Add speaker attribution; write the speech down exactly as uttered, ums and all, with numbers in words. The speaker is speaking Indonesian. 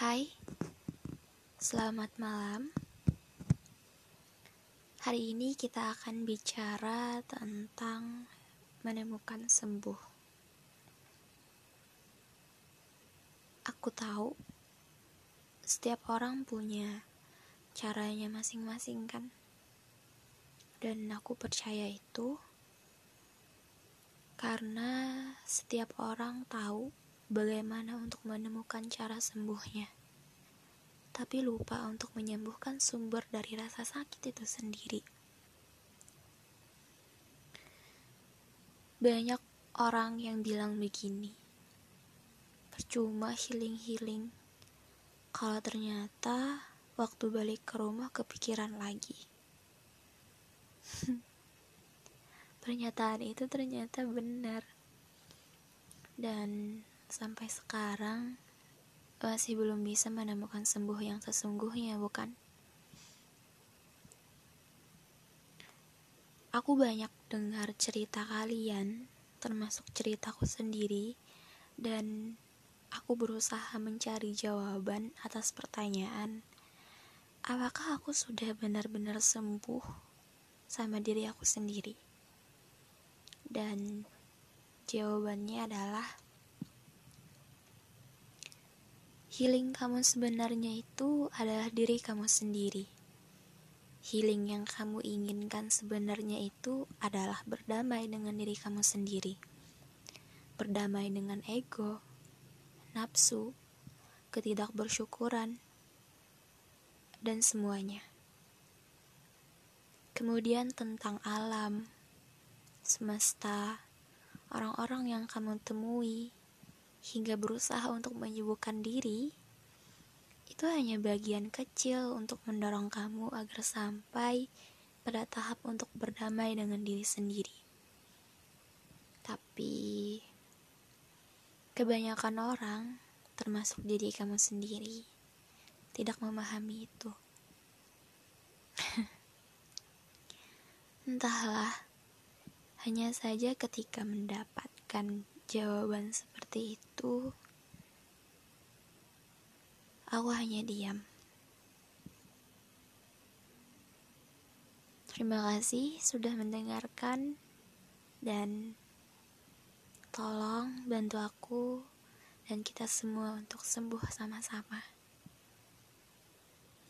Speaker 1: Hai, selamat malam. Hari ini kita akan bicara tentang menemukan sembuh. Aku tahu setiap orang punya caranya masing-masing kan? Dan aku percaya itu karena setiap orang tahu bagaimana untuk menemukan cara sembuhnya, tapi lupa untuk menyembuhkan sumber dari rasa sakit itu sendiri. Banyak orang yang bilang begini, percuma healing-healing kalau ternyata waktu balik ke rumah kepikiran lagi. Pernyataan itu ternyata benar. Dan sampai sekarang masih belum bisa menemukan sembuh yang sesungguhnya, bukan? Aku banyak dengar cerita kalian, termasuk ceritaku sendiri, dan aku berusaha mencari jawaban atas pertanyaan, apakah aku sudah benar-benar sembuh sama diri aku sendiri? Dan jawabannya adalah healing kamu sebenarnya itu adalah diri kamu sendiri. Healing yang kamu inginkan sebenarnya itu adalah berdamai dengan diri kamu sendiri. Berdamai dengan ego, nafsu, ketidakbersyukuran, dan semuanya. Kemudian tentang alam, semesta, orang-orang yang kamu temui, hingga berusaha untuk menyembuhkan diri, itu hanya bagian kecil untuk mendorong kamu agar sampai pada tahap untuk berdamai dengan diri sendiri. Tapi kebanyakan orang, termasuk diri kamu sendiri, tidak memahami itu. Entahlah, hanya saja ketika mendapatkan jawaban seperti itu, aku hanya diam. Terima kasih sudah mendengarkan, dan tolong bantu aku dan kita semua untuk sembuh sama-sama.